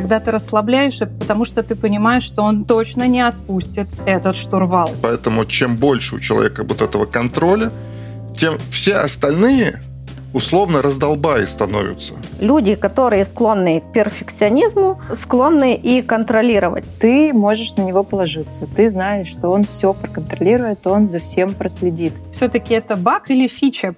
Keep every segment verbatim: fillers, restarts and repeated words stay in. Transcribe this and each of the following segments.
когда ты расслабляешься, потому что ты понимаешь, что он точно не отпустит этот штурвал. Поэтому чем больше у человека вот этого контроля, тем все остальные условно раздолбаи становятся. Люди, которые склонны к перфекционизму, склонны и контролировать. Ты можешь на него положиться. Ты знаешь, что он все проконтролирует, он за всем проследит. Все-таки это баг или фича?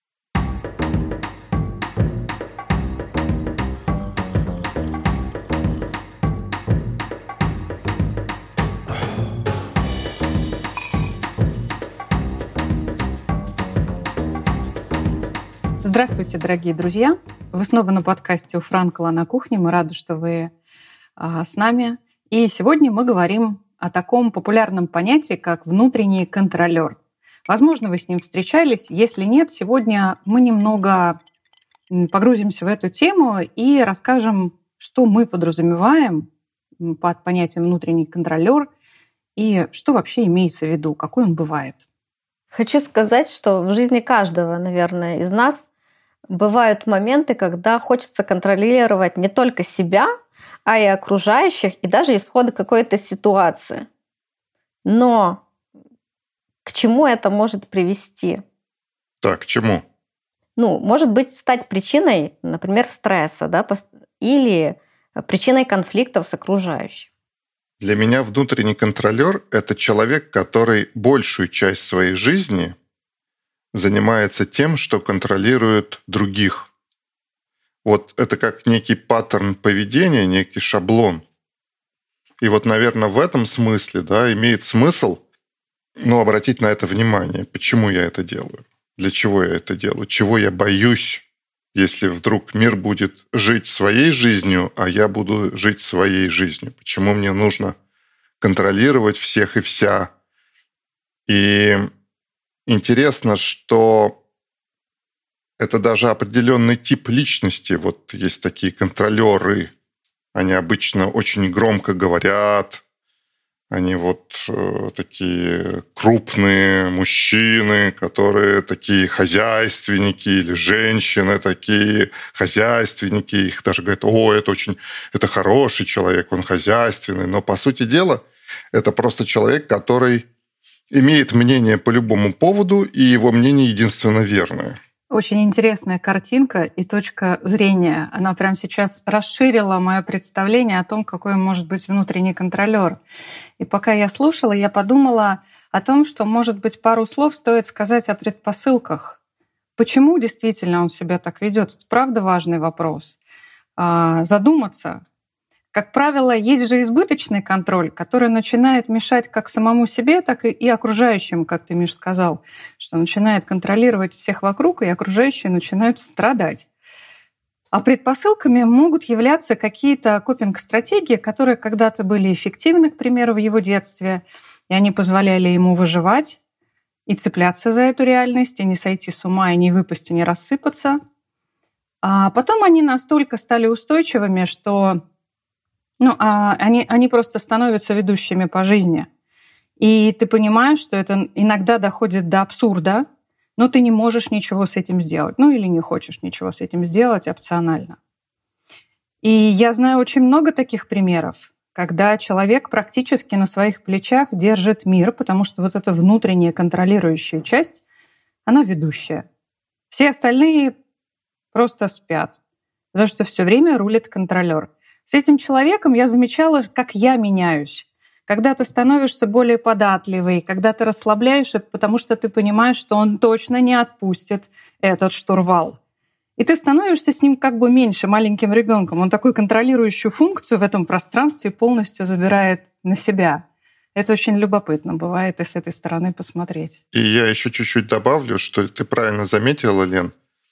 Здравствуйте, дорогие друзья! Вы снова на подкасте у Франкла на кухне. Мы рады, что вы а, с нами. И сегодня мы говорим о таком популярном понятии, как внутренний контролер. Возможно, вы с ним встречались. Если нет, сегодня мы немного погрузимся в эту тему и расскажем, что мы подразумеваем под понятием внутренний контролер и что вообще имеется в виду, какой он бывает. Хочу сказать, что в жизни каждого, наверное, из нас бывают моменты, когда хочется контролировать не только себя, а и окружающих, и даже исходы какой-то ситуации. Но к чему это может привести? Так, к чему? Ну, может быть, стать причиной, например, стресса, да, или причиной конфликтов с окружающим. Для меня внутренний контролер — это человек, который большую часть своей жизни занимается тем, что контролирует других. Вот это как некий паттерн поведения, некий шаблон. И вот, наверное, в этом смысле, да, имеет смысл, ну, обратить на это внимание. Почему я это делаю? Для чего я это делаю? Чего я боюсь, если вдруг мир будет жить своей жизнью, а я буду жить своей жизнью? Почему мне нужно контролировать всех и вся? И интересно, что это даже определенный тип личности. Вот есть такие контролеры. Они обычно очень громко говорят. Они вот э, такие крупные мужчины, которые такие хозяйственники, или женщины такие хозяйственники. Их даже говорят: о, это очень, это хороший человек, он хозяйственный. Но по сути дела это просто человек, который имеет мнение по любому поводу, и его мнение единственно верное. Очень интересная картинка и точка зрения. Она прямо сейчас расширила мое представление о том, какой может быть внутренний контролер. И пока я слушала, я подумала о том, что, может быть, пару слов стоит сказать о предпосылках. Почему действительно он себя так ведет? Это правда важный вопрос. Задуматься. Как правило, есть же избыточный контроль, который начинает мешать как самому себе, так и окружающим, как ты, Миш, сказал, что начинает контролировать всех вокруг, и окружающие начинают страдать. А предпосылками могут являться какие-то копинг-стратегии, которые когда-то были эффективны, к примеру, в его детстве, и они позволяли ему выживать и цепляться за эту реальность, и не сойти с ума, и не выпасть, и не рассыпаться. А потом они настолько стали устойчивыми, что Ну, а они, они просто становятся ведущими по жизни. И ты понимаешь, что это иногда доходит до абсурда, но ты не можешь ничего с этим сделать. Ну, или не хочешь ничего с этим сделать опционально. И я знаю очень много таких примеров, когда человек практически на своих плечах держит мир, потому что вот эта внутренняя контролирующая часть, она ведущая. Все остальные просто спят, потому что все время рулит контролер. С этим человеком я замечала, как я меняюсь. Когда ты становишься более податливой, когда ты расслабляешься, потому что ты понимаешь, что он точно не отпустит этот штурвал. И ты становишься с ним как бы меньше, маленьким ребенком. Он такую контролирующую функцию в этом пространстве полностью забирает на себя. Это очень любопытно бывает и с этой стороны посмотреть. И я еще чуть-чуть добавлю, что ты правильно заметила, Лен,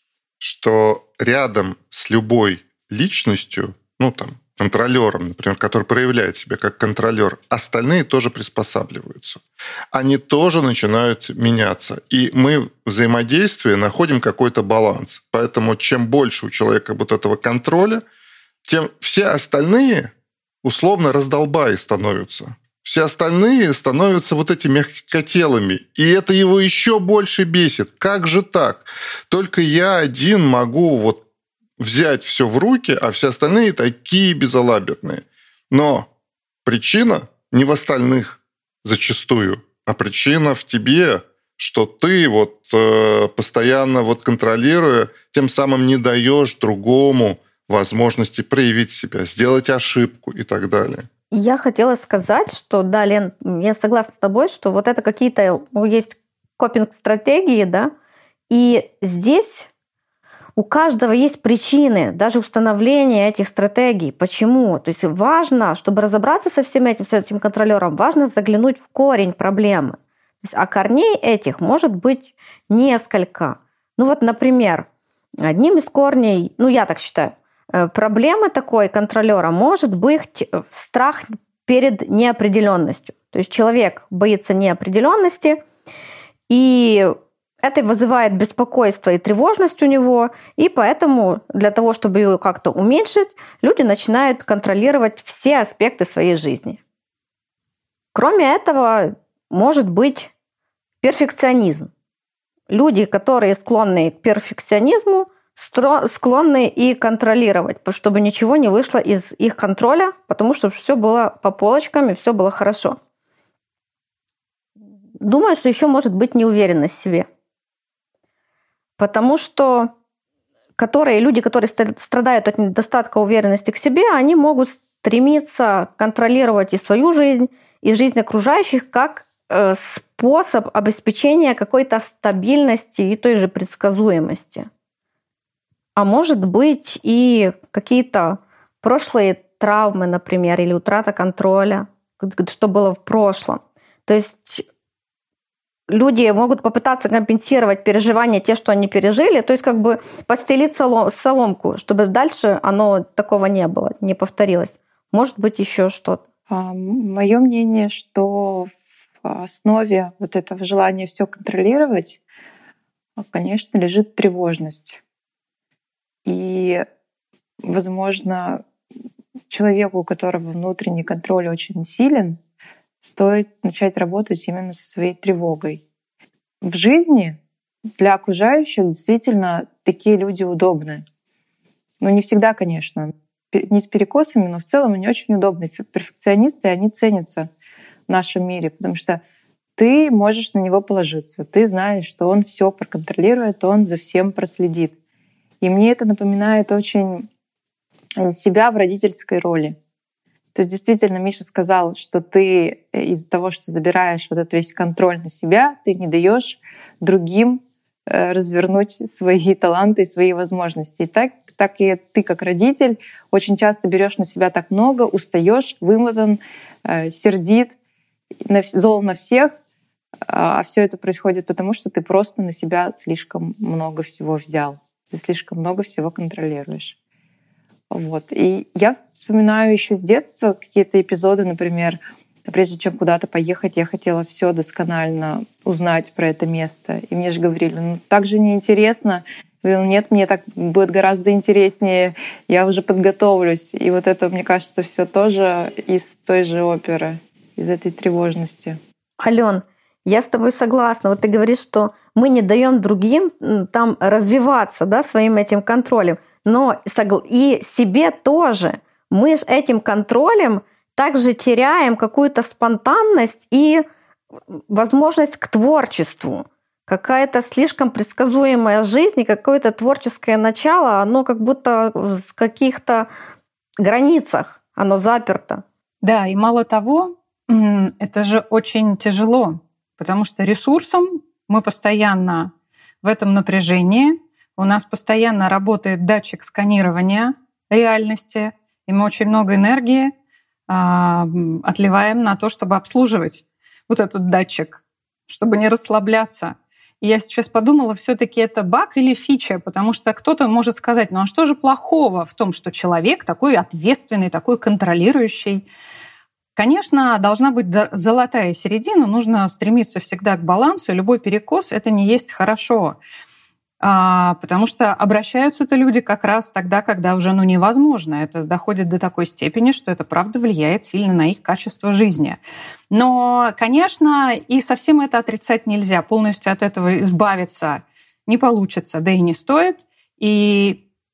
что рядом с любой личностью, ну там, контролером, например, который проявляет себя как контролер, остальные тоже приспосабливаются. Они тоже начинают меняться. И мы в взаимодействии находим какой-то баланс. Поэтому чем больше у человека вот этого контроля, тем все остальные условно раздолбаи становятся. Все остальные становятся вот этими мягкотелыми. И это его еще больше бесит. Как же так? Только я один могу вот взять все в руки, а все остальные такие безалаберные. Но причина не в остальных зачастую, а причина в тебе, что ты вот э, постоянно вот контролируя, тем самым не даешь другому возможности проявить себя, сделать ошибку и так далее. Я хотела сказать, что да, Лен, я согласна с тобой, что вот это какие-то ну, есть копинг-стратегии, да, и здесь у каждого есть причины, даже установления этих стратегий. Почему? То есть важно, чтобы разобраться со всем этим, с этим контролером, важно заглянуть в корень проблемы. То есть, а корней этих может быть несколько. Ну вот, например, одним из корней, ну я так считаю, проблемы такой контролера может быть страх перед неопределенностью. То есть человек боится неопределенности, и это вызывает беспокойство и тревожность у него, и поэтому для того, чтобы ее как-то уменьшить, люди начинают контролировать все аспекты своей жизни. Кроме этого, может быть перфекционизм. Люди, которые склонны к перфекционизму, склонны и контролировать, чтобы ничего не вышло из их контроля, потому что все было по полочкам и все было хорошо. Думаю, что еще может быть неуверенность в себе. Потому что которые, люди, которые страдают от недостатка уверенности к себе, они могут стремиться контролировать и свою жизнь, и жизнь окружающих как способ обеспечения какой-то стабильности и той же предсказуемости. А может быть и какие-то прошлые травмы, например, или утрата контроля, что было в прошлом. То есть люди могут попытаться компенсировать переживания, те, что они пережили, то есть как бы подстелить соломку, чтобы дальше оно такого не было, не повторилось. Может быть еще что-то. Мое мнение, что в основе вот этого желания все контролировать, конечно, лежит тревожность. И, возможно, человеку, у которого внутренний контроль очень силен, стоит начать работать именно со своей тревогой. В жизни для окружающих действительно такие люди удобны. Но не всегда, конечно. Не с перекосами, но в целом они очень удобны. Перфекционисты, они ценятся в нашем мире, потому что ты можешь на него положиться. Ты знаешь, что он все проконтролирует, он за всем проследит. И мне это напоминает очень себя в родительской роли. То есть действительно Миша сказал, что ты из-за того, что забираешь вот этот весь контроль на себя, ты не даешь другим развернуть свои таланты и свои возможности. И так, так и ты, как родитель, очень часто берешь на себя так много, устаешь, вымотан, сердит, зол на всех, а все это происходит потому, что ты просто на себя слишком много всего взял. Ты слишком много всего контролируешь. Вот. И я вспоминаю еще с детства какие-то эпизоды, например, прежде чем куда-то поехать, я хотела все досконально узнать про это место. И мне же говорили, ну так же неинтересно. Я говорила, нет, мне так будет гораздо интереснее, я уже подготовлюсь. И вот это, мне кажется, все тоже из той же оперы, из этой тревожности. Алён, я с тобой согласна. Вот ты говоришь, что мы не даем другим там развиваться, да, своим этим контролем, но и себе тоже. Мы же этим контролем также теряем какую-то спонтанность и возможность к творчеству. Какая-то слишком предсказуемая жизнь и какое-то творческое начало, оно как будто в каких-то границах, оно заперто. Да, и мало того, это же очень тяжело, потому что ресурсом мы постоянно в этом напряжении, у нас постоянно работает датчик сканирования реальности, и мы очень много энергии а, отливаем на то, чтобы обслуживать вот этот датчик, чтобы не расслабляться. И я сейчас подумала, все-таки это баг или фича, потому что кто-то может сказать, ну а что же плохого в том, что человек такой ответственный, такой контролирующий? Конечно, должна быть золотая середина, нужно стремиться всегда к балансу, и любой перекос — это не есть хорошо. А, потому что обращаются-то люди как раз тогда, когда уже ну, невозможно. Это доходит до такой степени, что это правда влияет сильно на их качество жизни. Но, конечно, и совсем это отрицать нельзя. Полностью от этого избавиться не получится, да и не стоит. И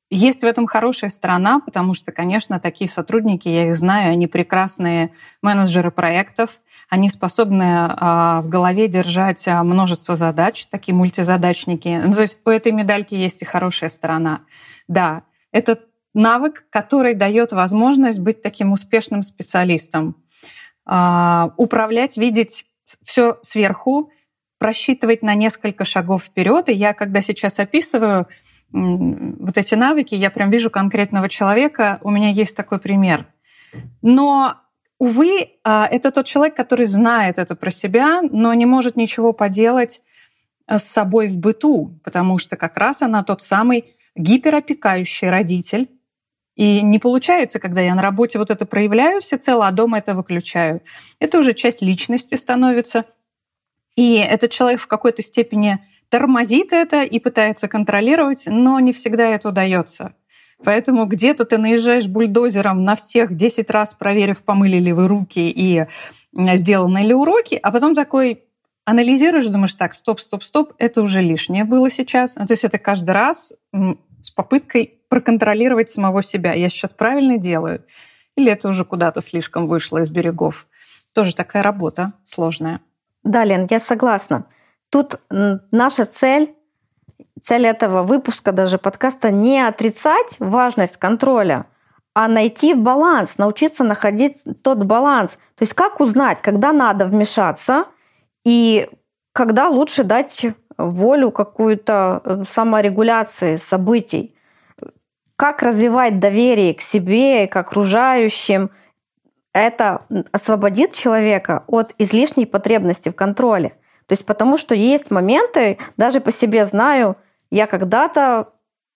есть в этом хорошая сторона, потому что, конечно, такие сотрудники, я их знаю, они прекрасные менеджеры проектов, они способны а, в голове держать множество задач, такие мультизадачники. Ну, то есть у этой медальки есть и хорошая сторона. Да, это навык, который дает возможность быть таким успешным специалистом, а, управлять, видеть все сверху, просчитывать на несколько шагов вперед. И я, когда сейчас описываю вот эти навыки, я прям вижу конкретного человека. У меня есть такой пример. Но, увы, это тот человек, который знает это про себя, но не может ничего поделать с собой в быту, потому что как раз она тот самый гиперопекающий родитель. И не получается, когда я на работе вот это проявляю всецело, а дома это выключаю. Это уже часть личности становится. И этот человек в какой-то степени тормозит это и пытается контролировать, но не всегда это удается. Поэтому где-то ты наезжаешь бульдозером на всех десять раз, проверив, помыли ли вы руки и сделаны ли уроки, а потом такой анализируешь, думаешь, так, стоп, стоп, стоп, это уже лишнее было сейчас. Ну, то есть это каждый раз с попыткой проконтролировать самого себя. Я сейчас правильно делаю? Или это уже куда-то слишком вышло из берегов? Тоже такая работа сложная. Да, Лен, я согласна. Тут наша цель, цель этого выпуска, даже подкаста, не отрицать важность контроля, а найти баланс, научиться находить тот баланс. То есть как узнать, когда надо вмешаться и когда лучше дать волю какую-то саморегуляции событий. Как развивать доверие к себе и к окружающим. Это освободит человека от излишней потребности в контроле. То есть потому что есть моменты, даже по себе знаю, я когда-то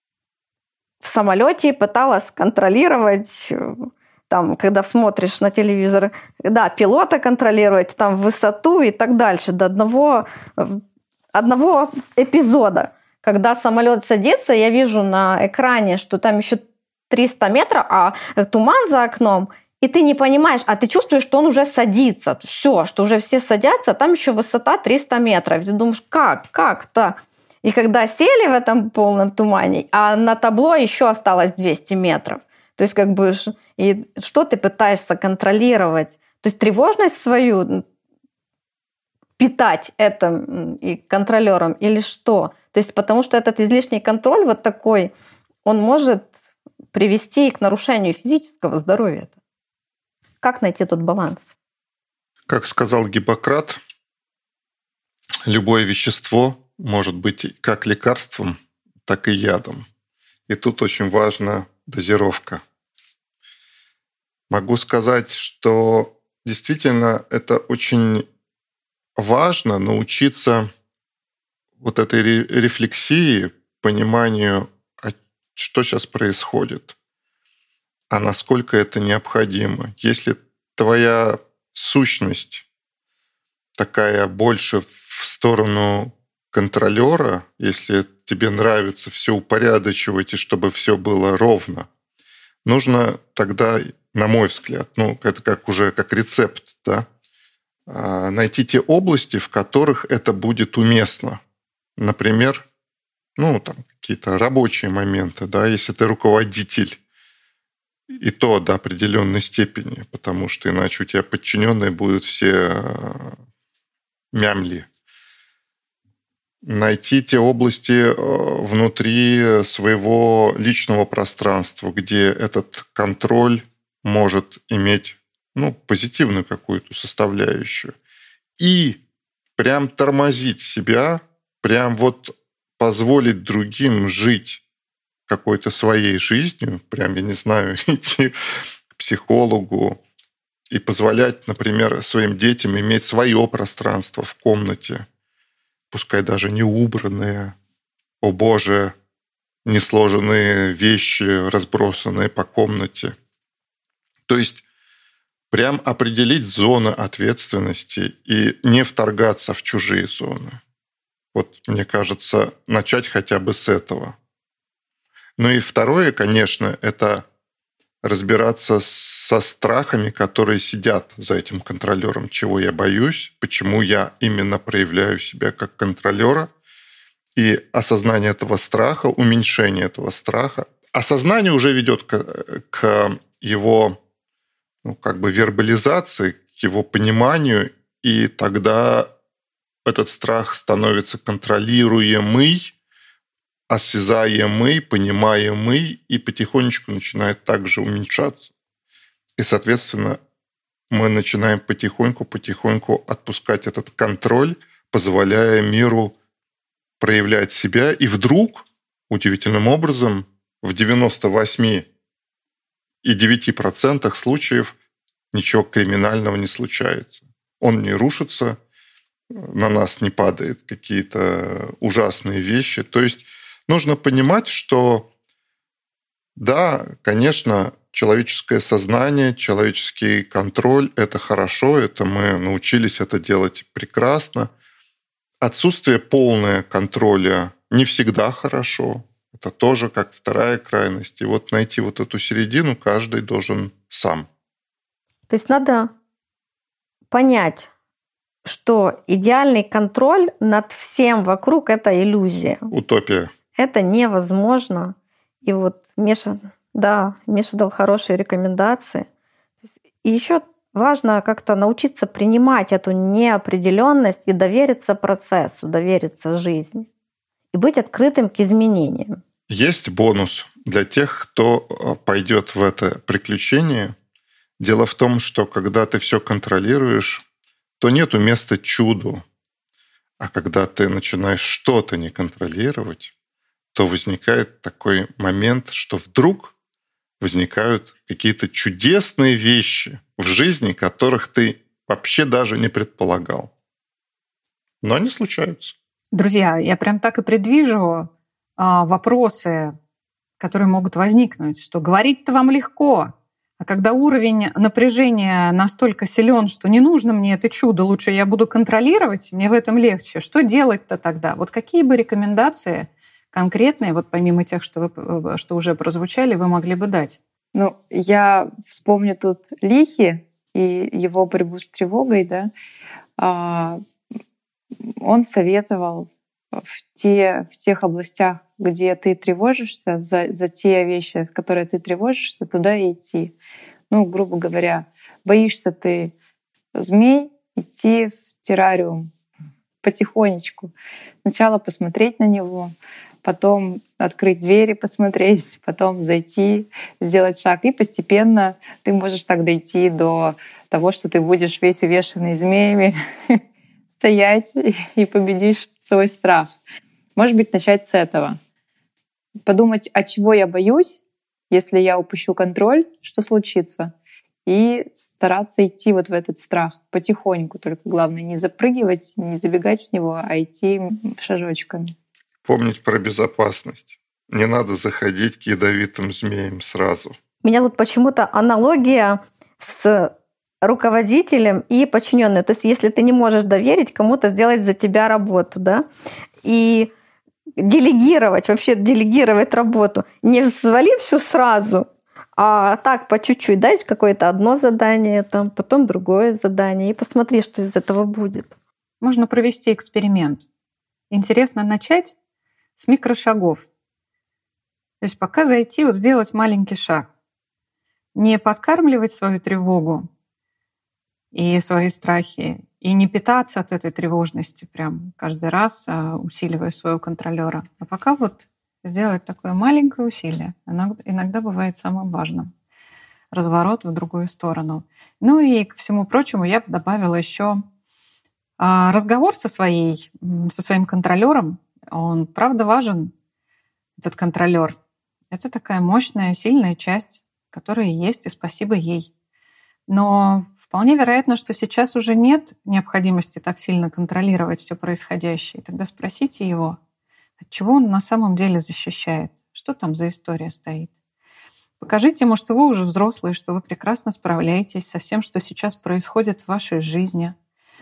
в самолете пыталась контролировать, там, когда смотришь на телевизор, да, пилота контролировать, там, высоту и так дальше, до одного, одного эпизода. Когда самолет садится, я вижу на экране, что там еще триста метров, а туман за окном, и ты не понимаешь, а ты чувствуешь, что он уже садится. Все, что уже все садятся, там еще высота триста метров. И ты думаешь, как, как-то? И когда сели в этом полном тумане, а на табло еще осталось двести метров. То есть как бы, и что ты пытаешься контролировать? То есть тревожность свою питать этим и контролером или что? То есть потому что этот излишний контроль вот такой, он может привести к нарушению физического здоровья. Как найти тот баланс? Как сказал Гиппократ, любое вещество может быть как лекарством, так и ядом. И тут очень важна дозировка. Могу сказать, что действительно это очень важно научиться вот этой рефлексии, пониманию, что сейчас происходит, а насколько это необходимо. Если твоя сущность такая больше в сторону контролера, если тебе нравится все упорядочивать и чтобы все было ровно, нужно тогда, на мой взгляд, ну это как уже как рецепт, да, найти те области, в которых это будет уместно. Например, ну там какие-то рабочие моменты, да, если ты руководитель, и то до определенной степени, потому что иначе у тебя подчиненные будут все мямли. Найти те области внутри своего личного пространства, где этот контроль может иметь, ну, позитивную какую-то составляющую. И прям тормозить себя, прям вот позволить другим жить какой-то своей жизнью, прям, я не знаю, идти к психологу и позволять, например, своим детям иметь свое пространство в комнате, пускай даже не убранные, о боже, не сложенные вещи, разбросанные по комнате. То есть прям определить зоны ответственности и не вторгаться в чужие зоны. Вот, мне кажется, начать хотя бы с этого. Ну и второе, конечно, это разбираться со страхами, которые сидят за этим контролером, чего я боюсь, почему я именно проявляю себя как контролера, и осознание этого страха, уменьшение этого страха, А сознание уже ведет к, к его, ну, как бы вербализации, к его пониманию, и тогда этот страх становится контролируемый, осязаемый, понимаемый, и потихонечку начинает также уменьшаться. И, соответственно, мы начинаем потихоньку-потихоньку отпускать этот контроль, позволяя миру проявлять себя, и вдруг, удивительным образом, в девяноста восьми и девяти процентах случаев ничего криминального не случается. Он не рушится, на нас не падают какие-то ужасные вещи. То есть нужно понимать, что да, конечно, человеческое сознание, человеческий контроль – это хорошо, это мы научились это делать прекрасно. Отсутствие полного контроля не всегда хорошо. Это тоже как вторая крайность. И вот найти вот эту середину каждый должен сам. То есть надо понять, что идеальный контроль над всем вокруг — это иллюзия. Утопия. Это невозможно. И вот Миша, да, Миша дал хорошие рекомендации. И еще важно как-то научиться принимать эту неопределенность и довериться процессу, довериться жизни. И быть открытым к изменениям. Есть бонус для тех, кто пойдет в это приключение. Дело в том, что когда ты все контролируешь, то нету места чуду. А когда ты начинаешь что-то не контролировать, то возникает такой момент, что вдруг возникают какие-то чудесные вещи в жизни, которых ты вообще даже не предполагал. Но они случаются. Друзья, я прям так и предвижу а, вопросы, которые могут возникнуть, что говорить-то вам легко, а когда уровень напряжения настолько силен, что не нужно мне это чудо, лучше я буду контролировать, мне в этом легче. Что делать-то тогда? Вот какие бы рекомендации конкретные, вот помимо тех, что, вы, что уже прозвучали, вы могли бы дать? Ну, я вспомню тут Лихи и его борьбу с тревогой, да. Он советовал в, те, в тех областях, где ты тревожишься, за, за те вещи, которые ты тревожишься, туда и идти. Ну, грубо говоря, боишься ты змей, идти в террариум потихонечку. Сначала посмотреть на него, потом открыть двери, посмотреть, потом зайти, сделать шаг. И постепенно ты можешь так дойти до того, что ты будешь весь увешанный змеями стоять и победишь свой страх. Может быть, начать с этого. Подумать, от чего я боюсь, если я упущу контроль, что случится, и стараться идти вот в этот страх потихоньку. Только главное не запрыгивать, не забегать в него, а идти шажочками. Помнить про безопасность. Не надо заходить к ядовитым змеям сразу. У меня тут почему-то аналогия с руководителем и подчиненным. То есть если ты не можешь доверить кому-то сделать за тебя работу, да, и делегировать, вообще делегировать работу, не взвали все сразу, а так по чуть-чуть дать какое-то одно задание, там, потом другое задание, и посмотри, что из этого будет. Можно провести эксперимент. Интересно начать с микрошагов. То есть пока зайти, вот сделать маленький шаг. Не подкармливать свою тревогу и свои страхи, и не питаться от этой тревожности прям каждый раз, усиливая своего контролера. А пока вот сделать такое маленькое усилие. Оно иногда бывает самым важным. Разворот в другую сторону. Ну и ко всему прочему я бы добавила еще разговор со, своей, со своим контролером. Он правда важен, этот контролер. Это такая мощная, сильная часть, которая есть, и спасибо ей. Но вполне вероятно, что сейчас уже нет необходимости так сильно контролировать все происходящее. Тогда спросите его, от чего он на самом деле защищает, что там за история стоит. Покажите ему, что вы уже взрослые, что вы прекрасно справляетесь со всем, что сейчас происходит в вашей жизни.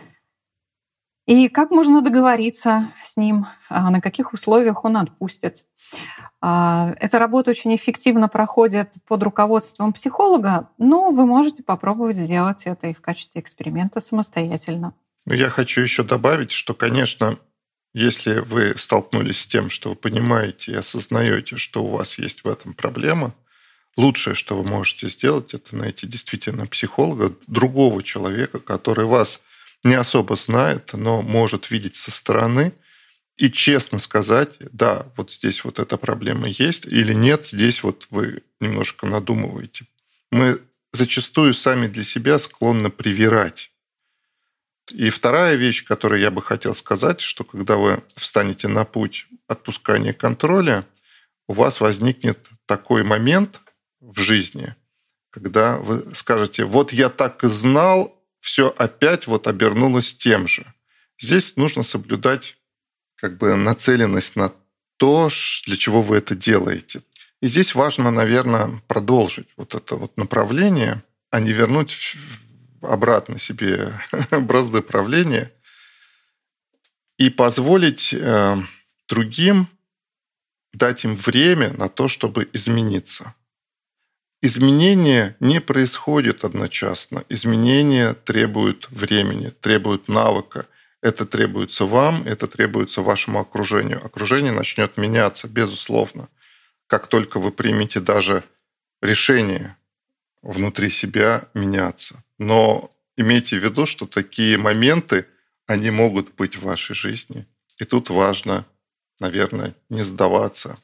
И как можно договориться с ним, на каких условиях он отпустит. Эта работа очень эффективно проходит под руководством психолога, но вы можете попробовать сделать это и в качестве эксперимента самостоятельно. Я хочу еще добавить, что, конечно, Если вы столкнулись с тем, что вы понимаете и осознаете, что у вас есть в этом проблема, лучшее, что вы можете сделать, это найти действительно психолога, другого человека, который вас не особо знает, но может видеть со стороны и честно сказать, да, вот здесь вот эта проблема есть, или нет, здесь вот вы немножко надумываете. Мы зачастую сами для себя склонны привирать. И вторая вещь, которую я бы хотел сказать, что когда вы встанете на путь отпускания контроля, у вас возникнет такой момент в жизни, когда вы скажете, вот я так и знал, все опять вот обернулось тем же. Здесь нужно соблюдать как бы нацеленность на то, для чего вы это делаете. И здесь важно, наверное, продолжить вот это вот направление, а не вернуть обратно себе бразды правления и позволить э, другим дать им время на то, чтобы измениться. Изменения не происходят одночасно. Изменения требуют времени, требуют навыка. Это требуется вам, это требуется вашему окружению. Окружение начнет меняться, безусловно, как только вы примете даже решение внутри себя меняться. Но имейте в виду, что такие моменты, они могут быть в вашей жизни. И тут важно, наверное, не сдаваться.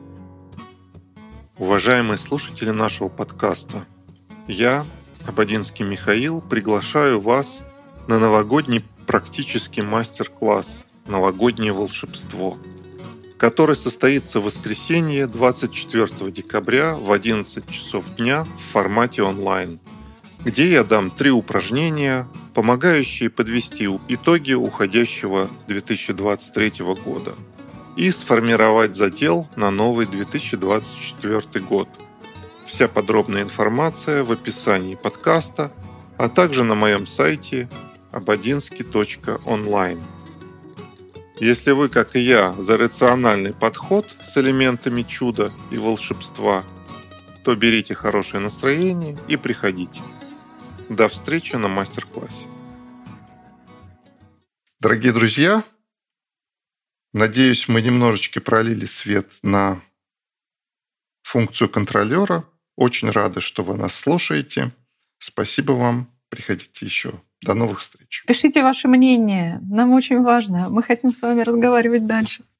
Уважаемые слушатели нашего подкаста, я, Ободинский Михаил, приглашаю вас на новогодний практический мастер-класс «Новогоднее волшебство», который состоится в воскресенье двадцать четвёртого декабря в одиннадцать часов дня в формате онлайн, где я дам три упражнения, помогающие подвести итоги уходящего две тысячи двадцать третьего года и сформировать задел на новый две тысячи двадцать четвёртый год. Вся подробная информация в описании подкаста, а также на моем сайте ободинский точка онлайн. Если вы, как и я, за рациональный подход с элементами чуда и волшебства, то берите хорошее настроение и приходите. До встречи на мастер-классе. Дорогие друзья, надеюсь, мы немножечко пролили свет на функцию контролера. Очень рады, что вы нас слушаете. Спасибо вам. Приходите еще. До новых встреч. Пишите ваше мнение. Нам очень важно. Мы хотим с вами разговаривать дальше.